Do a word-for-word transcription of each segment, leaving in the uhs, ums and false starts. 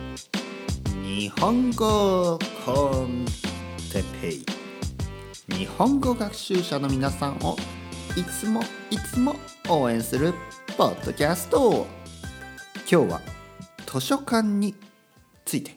日本語コンテペイ、日本語学習者の皆さんをいつもいつも応援するポッドキャスト。今日は図書館について。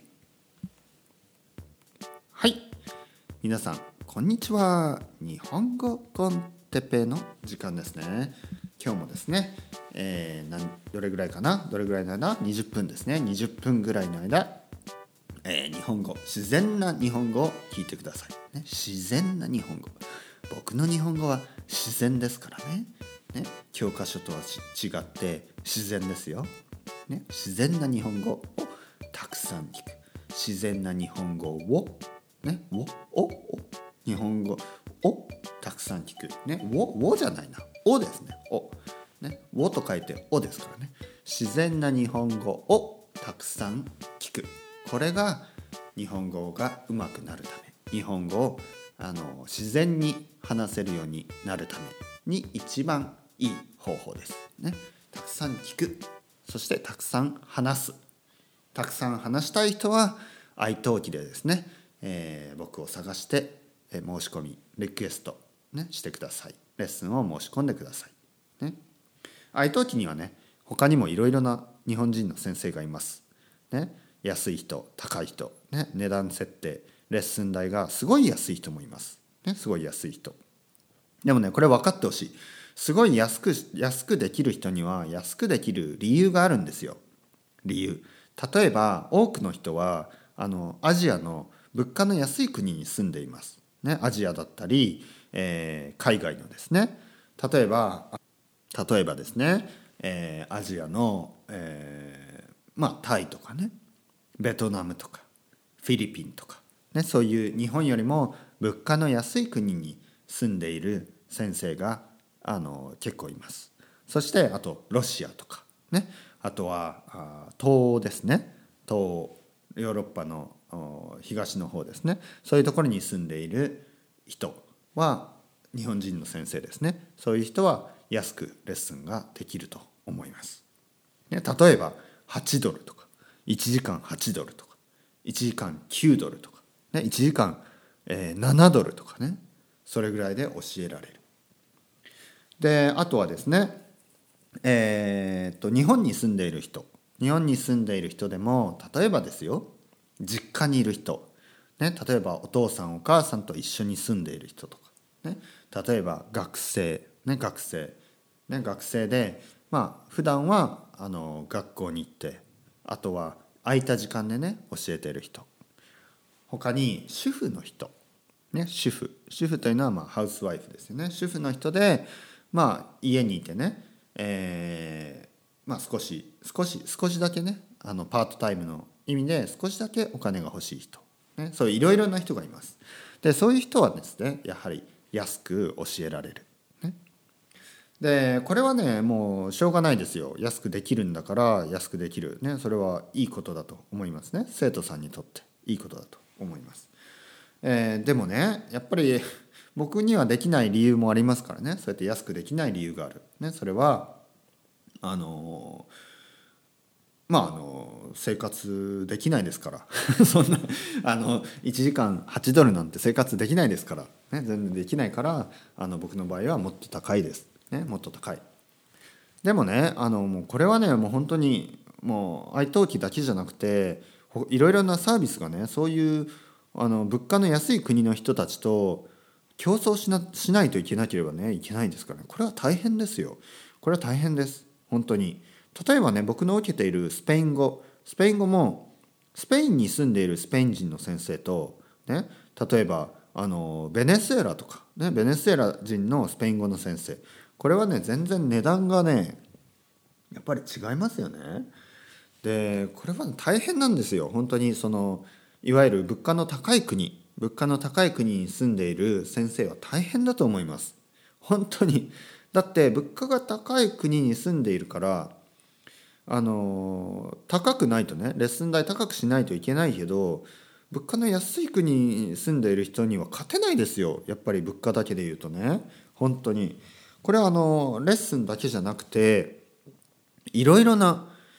はい、皆さんこんにちは。日本語コンテペイの時間ですね。今日もですね、えー、なんどれぐらいかなどれぐらいの間にじゅっぷんですね。にじゅっぷんぐらいの間、えー、日本語、自然な日本語を聞いてください、ね、自然な日本語。僕の日本語は自然ですからね。ね、教科書とは違って自然ですよ、ね、自然な日本語をたくさん聞く。自然な日本語を、ね、をおお日本語をたくさん聞く、ね、ををじゃないな、おですね。お、ね、をと書いておですからね。自然な日本語をたくさん聞く。これが日本語がうまくなるため、日本語をあの自然に話せるようになるために一番いい方法です、ね、たくさん聞く、そしてたくさん話す。たくさん話したい人はiTalkiでですね、えー、僕を探して、えー、申し込みリクエスト、ね、してください。レッスンを申し込んでください、ね、iTalkiにはね、他にもいろいろな日本人の先生がいます、ね、安い人、高い人、ね、値段設定、レッスン代がすごい安い人もいます、ね、すごい安い人。でもね、これ分かってほしい。すごい安く安くできる人には安くできる理由があるんですよ。理由。例えば多くの人はあのアジアの物価の安い国に住んでいます、ね、アジアだったり、えー、海外のですね。例えば例えばですね、えー、アジアの、えー、まあタイとかね、ベトナムとかフィリピンとか、ね、そういう日本よりも物価の安い国に住んでいる先生があの結構います。そしてあとロシアとかね、あとはあ東欧ですね。東欧、ヨーロッパの東の方ですね。そういうところに住んでいる人は日本人の先生ですね。そういう人は安くレッスンができると思います、ね、例えばはちドルとかいちじかんはちドルとかいちじかんきゅうドルとか、ね、いちじかん、えー、ななドルとかね、それぐらいで教えられる。であとはですね、えー、っと日本に住んでいる人日本に住んでいる人でも、例えばですよ、実家にいる人、ね、例えばお父さんお母さんと一緒に住んでいる人とか、ね、例えば学生、ね、学生、ね、学生でまあ普段はあの学校に行って、あとは空いた時間でね教えている人、他に主婦の人、ね、主婦主婦というのはまあハウスワイフですよね。主婦の人でまあ家にいてね、えー、まあ少し少し少しだけね、あのパートタイムの意味で少しだけお金が欲しい人、ね、そういういろいろな人がいます。でそういう人はですね、やはり安く教えられる、ね、でこれはねもうしょうがないですよ。安くできるんだから安くできる、ね、それはいいことだと思いますね。生徒さんにとっていいことだと思います、えー、でもねやっぱり僕にはできない理由もありますからね。そうやって安くできない理由がある、ね、それはあのまああの生活できないですからそんなあのいちじかんはちドルなんて生活できないですから、ね、全然できないから、あの僕の場合はもっと高いです、ね、もっと高い。でもね、あのもうこれはねもう本当にもう iTalki だけじゃなくていろいろなサービスがね、そういうあの物価の安い国の人たちと競争しな、しないといけなければねいけないんですからね。これは大変ですよ。これは大変です本当に。例えばね、僕の受けているスペイン語スペイン語もスペインに住んでいるスペイン人の先生と、ね、例えばあのベネズエラとか、ね、ベネズエラ人のスペイン語の先生、これはね全然値段がねやっぱり違いますよね。でこれは大変なんですよ本当に。そのいわゆる物価の高い国物価の高い国に住んでいる先生は大変だと思います本当に。だって物価が高い国に住んでいるから、あの高くないとね、レッスン代高くしないといけないけど、物価の安い国に住んでいる人には勝てないですよ。やっぱり物価だけで言うとね、本当にこれはあのレッスンだけじゃなくていろいろな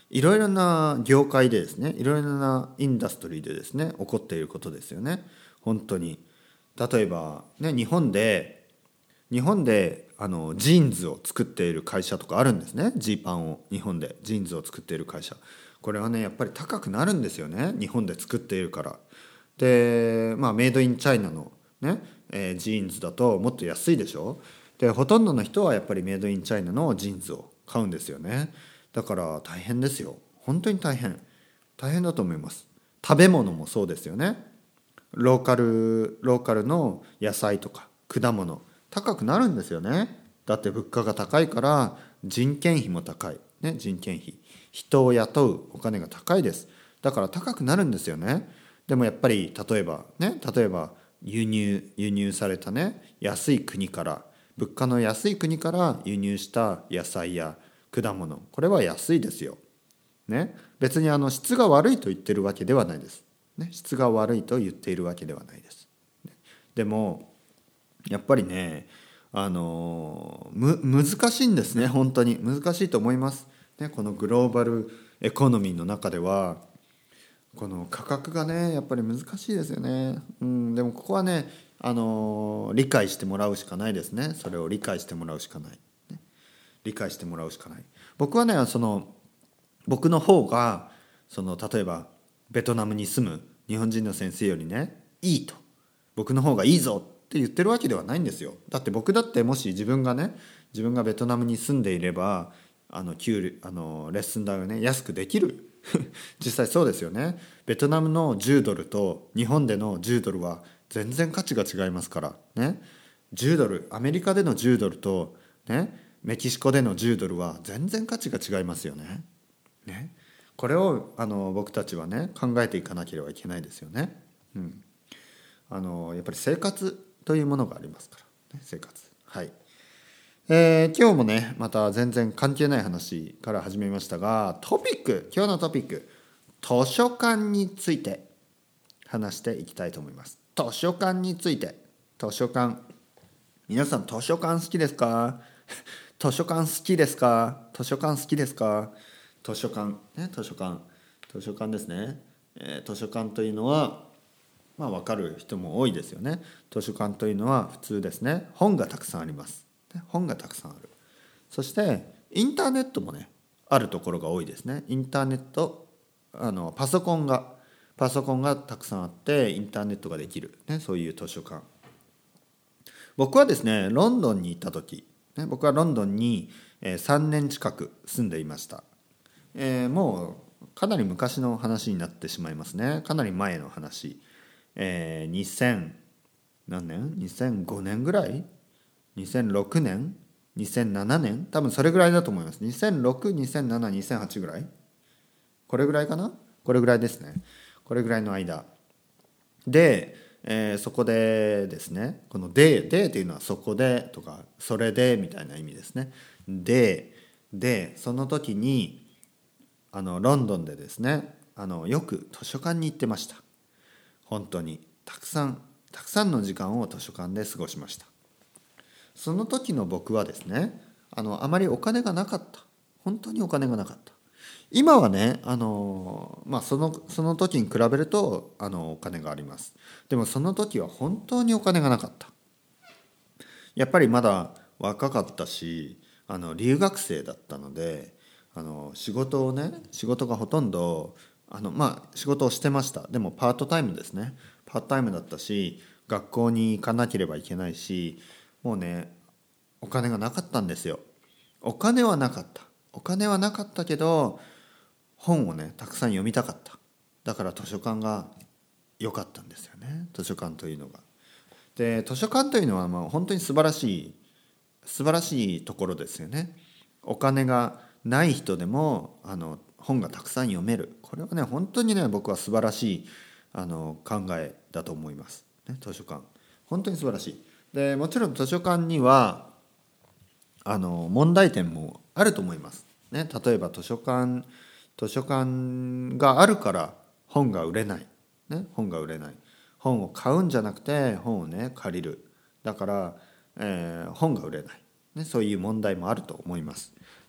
いろいろな業界でですね、いろいろなインダストリーでですね起こっていることですよね。本当に。例えばね、日本で日本であのジーンズを作っている会社とかあるんですね。ジーパンを日本でジーンズを作っている会社、これはねやっぱり高くなるんですよね、日本で作っているから。でまあメイドインチャイナのね、えージーンズだともっと安いでしょ。でほとんどの人はやっぱりメイドインチャイナのジーンズを買うんですよね。だから大変ですよ、本当に大変大変だと思います。食べ物もそうですよね。ローカルローカルの野菜とか果物高くなるんですよね。だって物価が高いから人件費も高い、ね、人件費、人を雇うお金が高いです。だから高くなるんですよね。でもやっぱり例えばね例えば輸入輸入されたね安い国から物価の安い国から輸入した野菜や果物、これは安いですよ。ね、別にあの質が悪いと言ってるわけではないです。ね、質が悪いと言っているわけではないです。でもやっぱりね、あのむ難しいんですね。本当に難しいと思います。ね、このグローバルエコノミーの中ではこの価格がねやっぱり難しいですよね。うん、でもここはね、あの理解してもらうしかないですね。それを理解してもらうしかない。ね、理解してもらうしかない。僕はねその僕の方がその例えばベトナムに住む日本人の先生よりねいいと、僕の方がいいぞって言ってるわけではないんですよ。だって僕だってもし自分がね自分がベトナムに住んでいればあの給あのレッスン代をね安くできる実際そうですよね。ベトナムのじゅうドルと日本でのじゅうドルは全然価値が違いますからね。じゅうドル、アメリカでのじゅうドルとねメキシコでのじゅうドルは全然価値が違いますよね。ね、これをあの僕たちはね考えていかなければいけないですよね。うん、あのやっぱり生活というものがありますから、ね、生活。はい、えー今日もねまた全然関係ない話から始めましたが、トピック今日のトピック、図書館について話していきたいと思います。図書館について。図書館、皆さん図書館好きですか？図書館好きですか？図書館好きですか？図書館ね、図書館図書館ですね。えー図書館というのはまあ分かる人も多いですよね。図書館というのは普通ですね、本がたくさんあります。本がたくさんある。そしてインターネットもねあるところが多いですね。インターネット、あのパソコンがパソコンがたくさんあってインターネットができる、ね、そういう図書館。僕はですねロンドンに行った時、ね、僕はロンドンにえーさんねん近く住んでいました。えーもうかなり昔の話になってしまいますね。かなり前の話。えー、にせん何年 ?にせんご 年ぐらい ?にせんろく 年 ?にせんなな 年多分それぐらいだと思います。にせんろく、にせんなな、にせんはちぐらい、これぐらいかな、これぐらいですね。これぐらいの間で、えーそこでですね、こので「で」というのはそこでとかそれでみたいな意味ですね。ででその時にあのロンドンでですねあのよく図書館に行ってました。本当にたくさんたくさんの時間を図書館で過ごしました。その時の僕はですねあのあまりお金がなかった。本当にお金がなかった。今はねあの、まあ、そのその時に比べるとあのお金があります。でもその時は本当にお金がなかった。やっぱりまだ若かったしあの留学生だったのであの仕事をね仕事がほとんどあのまあ仕事をしてました。でもパートタイムですね。パートタイムだったし学校に行かなければいけないし、もうねお金がなかったんですよ。お金はなかったお金はなかったけど本をねたくさん読みたかった。だから図書館が良かったんですよね、図書館というのが。で図書館というのはまあ本当に素晴らしい素晴らしいところですよね。お金がない人でもあの本がたくさん読める。これはね本当にね僕は素晴らしいあの考えだと思います、ね、図書館本当に素晴らしい。でもちろん図書館にはあの問題点もあると思います、ね、例えば図書館図書館があるから本が売れない、ね、本が売れない。本を買うんじゃなくて本をね借りる。だから、えー本が売れない、ね、そういう問題もあると思います。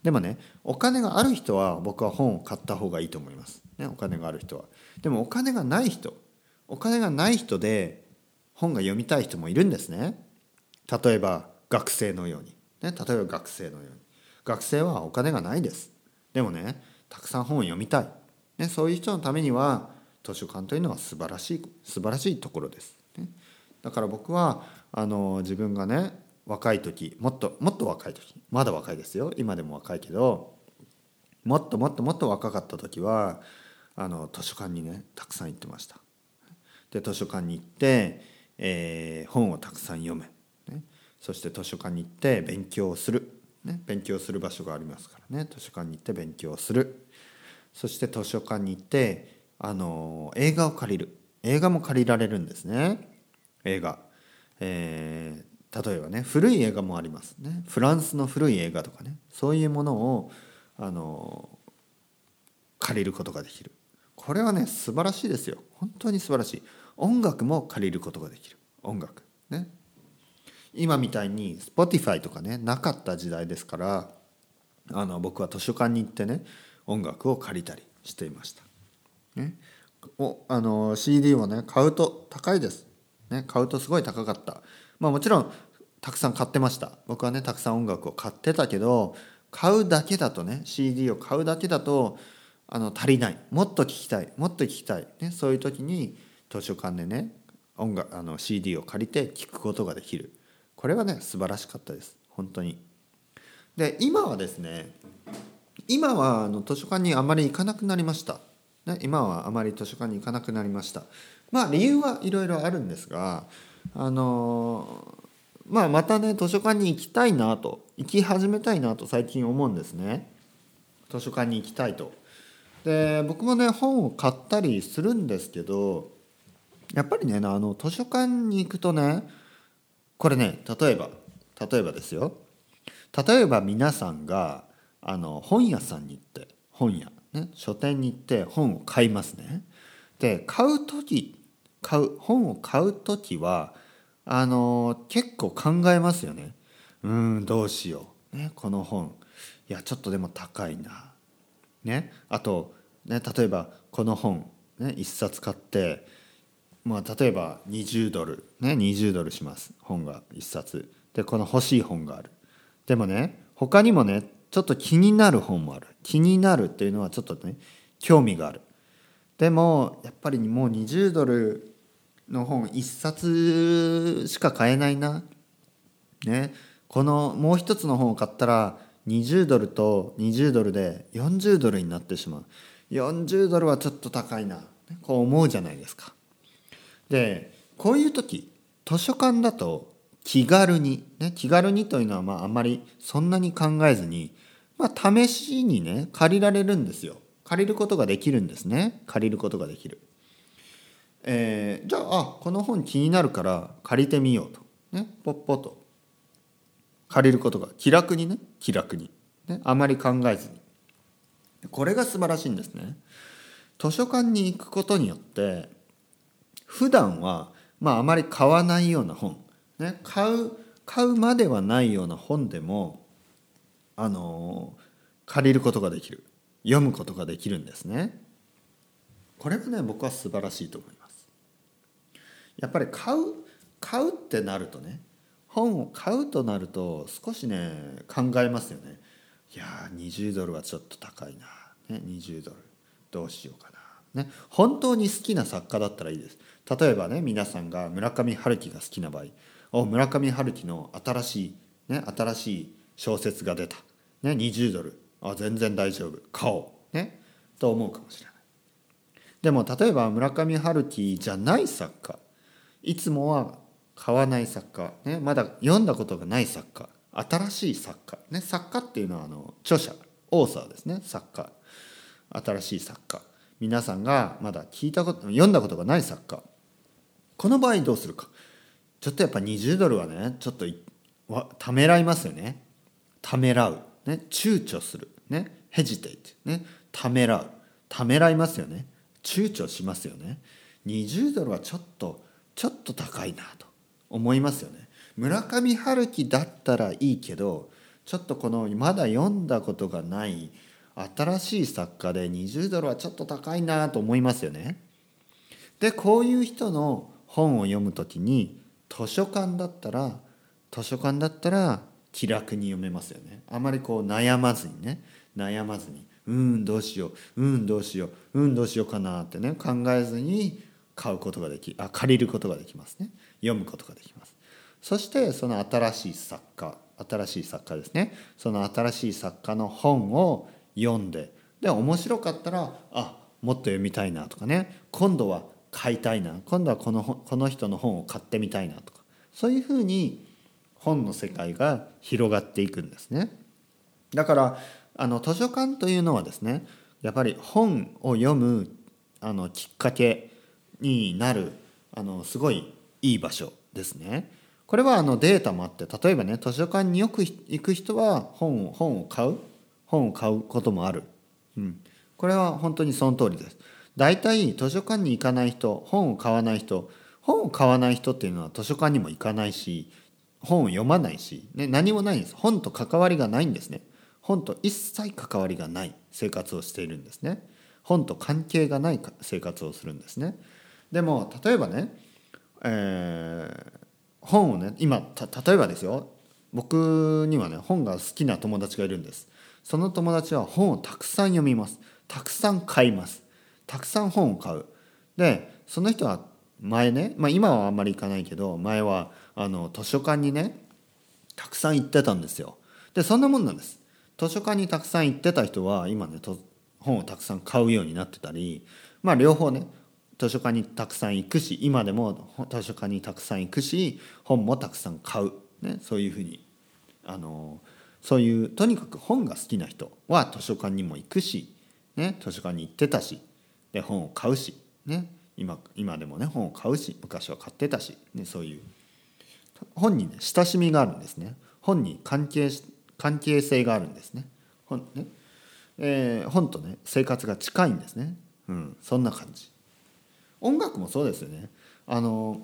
でもね、お金がある人は僕は本を買った方がいいと思います、ね、お金がある人は。でもお金がない人お金がない人で本が読みたい人もいるんですね。例えば学生のように、ね、例えば学生のように学生はお金がないです。でもね、たくさん本を読みたい、ね、そういう人のためには図書館というのは素晴らしい素晴らしいところです、ね、だから僕はあの自分がね若い時、もっともっと若い時、まだ若いですよ、今でも若いけど、もっともっともっと若かった時はあの図書館にねたくさん行ってました。で図書館に行って、えー本をたくさん読む、ね、そして図書館に行って勉強をする、ね、勉強する場所がありますからね、図書館に行って勉強をする。そして図書館に行ってあの映画を借りる。映画も借りられるんですね。映画、えー例えばね、古い映画もありますね。フランスの古い映画とかね、そういうものをあの借りることができる。これはね素晴らしいですよ。本当に素晴らしい。音楽も借りることができる。音楽ね、今みたいに Spotify とかねなかった時代ですから、あの僕は図書館に行ってね音楽を借りたりしていました、ね、おあの シーディー をね買うと高いです、ね、買うとすごい高かった。まあもちろんたくさん買ってました。僕はねたくさん音楽を買ってたけど、買うだけだとね シーディー を買うだけだとあの足りない。もっと聞きたいもっと聞きたい、ね、そういう時に図書館でね音楽あの シーディー を借りて聞くことができる。これはね素晴らしかったです本当に。で今はですね今はあの図書館にあまり行かなくなりました、ね、今はあまり図書館に行かなくなりました。まあ理由はいろいろあるんですが、あのまあまたね図書館に行きたいなと行き始めたいなと最近思うんですね。図書館に行きたいと。で僕もね本を買ったりするんですけど、やっぱりねあの図書館に行くとね、これね例えば例えばですよ、例えば皆さんがあの本屋さんに行って本屋、ね、書店に行って本を買いますね。で買う時買う本を買う時はあの結構考えますよね。うーんどうしよう、ね、この本いやちょっとでも高いな、ね、あと、ね、例えばこの本、ね、いっさつ買って、まあ、例えばにじゅうドル、ね、にじゅうドルします本がいっさつで、この欲しい本がある。でもね他にもねちょっと気になる本もある。気になるっていうのはちょっとね興味がある。でもやっぱりもうにじゅうドルの本いっさつしか買えないな、ね、このもう一つの本を買ったらにじゅうドルとにじゅうドルでよんじゅうドルになってしまう。よんじゅうドルはちょっと高いな、こう思うじゃないですか。でこういう時図書館だと気軽に、ね、気軽にというのはまああんまりそんなに考えずに、まあ、試しにね借りられるんですよ。借りることができるんですね。借りることができる。えー、じゃあ、あこの本気になるから借りてみようと、ね、ポッポと借りることが気楽にね気楽に、ね、あまり考えずに。これが素晴らしいんですね。図書館に行くことによって普段はまああまり買わないような本、ね、買う買うまではないような本でもあの借りることができる、読むことができるんですね。これがね僕は素晴らしいと思います。やっぱり買う買うってなるとね、本を買うとなると少しね考えますよね。いやーにじゅうドルはちょっと高いな、ね、にじゅうドルどうしようかな、ね、本当に好きな作家だったらいいです。例えばね皆さんが村上春樹が好きな場合、お村上春樹の新しい、ね、新しい小説が出た、ね、にじゅうドル、あ全然大丈夫買おう、ね、と思うかもしれない。でも例えば村上春樹じゃない作家、いつもは買わない作家、ね、まだ読んだことがない作家、新しい作家、ね、作家っていうのはあの著者オーサーですね。作家、新しい作家、皆さんがまだ聞いたこと読んだことがない作家、この場合どうするか。ちょっとやっぱにじゅうドルはねちょっとためらいますよね。ためらう、ね、躊躇する、ね、ヘジテイト、ね、ためらう、ためらいますよね。躊躇しますよね。にじゅうドルはちょっとちょっと高いなと思いますよね。村上春樹だったらいいけどちょっとこのまだ読んだことがない新しい作家でにじゅうドルはちょっと高いなと思いますよね。でこういう人の本を読むときに図書館だったら図書館だったら気楽に読めますよね。あまりこう悩まずにね悩まずにうんどうしよううんどうしよううんどうしようかなってね考えずに買うことができあ借りることができますね。読むことができます。そしてその新しい作家新しい作家ですねその新しい作家の本を読んでで面白かったらあもっと読みたいなとかね今度は買いたいな今度はこのこの人の本を買ってみたいなとかそういうふうに本の世界が広がっていくんですね。だからあの図書館というのはですねやっぱり本を読むあのきっかけになるあのすごいいい場所ですね。これはあのデータもあって例えばね図書館によく行く人は本を本を買う本を買うこともある、うん、これは本当にその通りです。だいたい図書館に行かない人本を買わない人本を買わない人っていうのは図書館にも行かないし本を読まないし、ね、何もないんです。本と関わりがないんですね。本と一切関わりがない生活をしているんですね。本と関係がない生活をするんですね。でも例えばね、えー、本をね今た例えばですよ僕にはね本が好きな友達がいるんです。その友達は本をたくさん読みます。たくさん買います。たくさん本を買う。でその人は前ね、まあ、今はあんまり行かないけど前はあの図書館にねたくさん行ってたんですよ。でそんなもんなんです。図書館にたくさん行ってた人は今ねと本をたくさん買うようになってたりまあ両方ね図書館にたくさん行くし今でも図書館にたくさん行くし本もたくさん買う、ね、そういうふうにあのそういうとにかく本が好きな人は図書館にも行くし、ね、図書館に行ってたしで本を買うし、ね、今, 今でもね本を買うし昔は買ってたし、ね、そういう本にね親しみがあるんですね。本に関係関係性があるんですね。本ね、えー、本とね生活が近いんですね。うん、そんな感じ。音楽もそうですよね。あの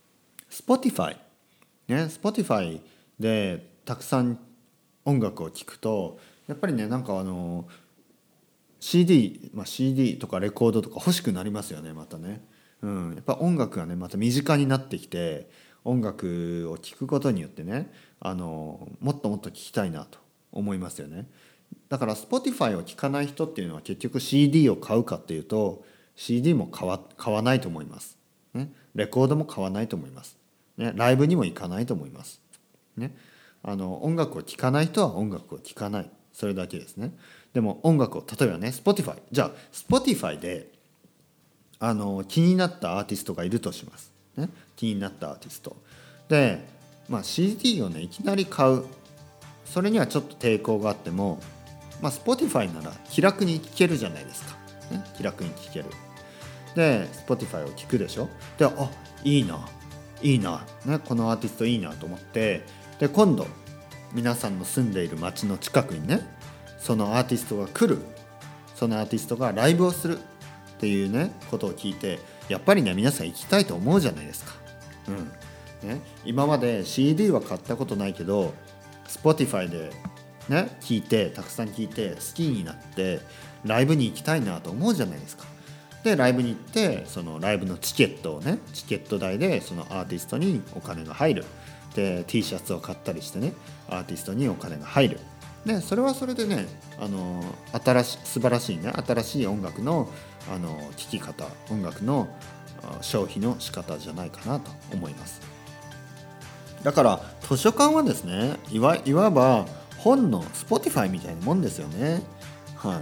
Spotify ね Spotify でたくさん音楽を聴くとやっぱりねなんかあの シーディー、まあ、シーディー とかレコードとか欲しくなりますよねまたね。うん、やっぱ音楽がねまた身近になってきて音楽を聴くことによってねあのもっともっと聴きたいなと思いますよね。だから Spotify を聴かない人っていうのは結局 シーディー を買うかっていうと シーディー も買わ、買わないと思います、ね、レコードも買わないと思います、ね、ライブにも行かないと思います、ね、あの音楽を聴かない人は音楽を聴かないそれだけですね。でも音楽を例えばね Spotify じゃあ Spotify であの気になったアーティストがいるとします、ね、気になったアーティストで、まあ、シーディー をねいきなり買うそれにはちょっと抵抗があっても、まあ、Spotify なら気楽に聴けるじゃないですか、ね、気楽に聴けるで Spotify を聴くでしょであいいないいな、ね、このアーティストいいなと思ってで今度皆さんの住んでいる街の近くにねそのアーティストが来るそのアーティストがライブをするっていうねことを聞いてやっぱりね皆さん行きたいと思うじゃないですか、うんね、今まで シーディー は買ったことないけど Spotify でね聞いてたくさん聞いて好きになってライブに行きたいなと思うじゃないですか。でライブに行ってそのライブのチケットをねチケット代でそのアーティストにお金が入るで T シャツを買ったりしてねアーティストにお金が入るでそれはそれでねあの新し素晴らしいね新しい音楽のあの聴き方音楽の消費の仕方じゃないかなと思います。だから図書館はですねいわ、いわば本の Spotify みたいなもんですよね。はい、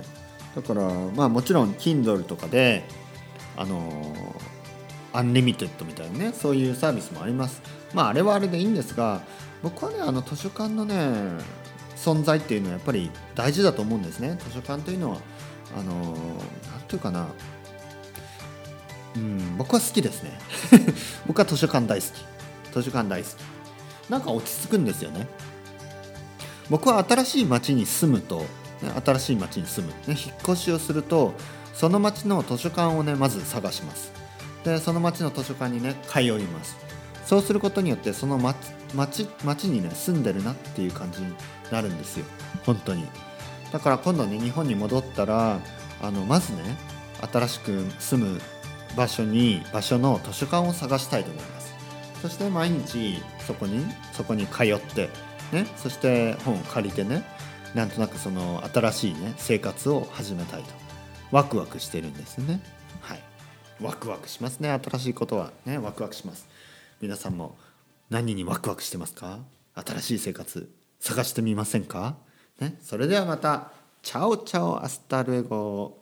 だからまあもちろん Kindle とかであのアンリミテッドみたいなねそういうサービスもあります。まああれはあれでいいんですが僕はねあの図書館のね存在っていうのはやっぱり大事だと思うんですね。図書館というのはあのなんていうかなうん僕は好きですね僕は図書館大好き図書館大好きなんか落ち着くんですよね。僕は新しい町に住むと、ね、新しい町に住む、ね、引っ越しをするとその町の図書館をねまず探します。でその町の図書館にね通います。 そうすることによってその町町町にね住んでるなっていう感じになるんですよ本当に。だから今度ね日本に戻ったらあのまずね新しく住む場所に場所の図書館を探したいと思います。そして毎日そこにそこに通ってね、そして本を借りてね、なんとなくその新しいね生活を始めたいとワクワクしてるんですね。はい、ワクワクしますね。新しいことはねワクワクします。皆さんも何にワクワクしてますか？新しい生活探してみませんか？ね、それではまたチャオチャオアスタルエゴ。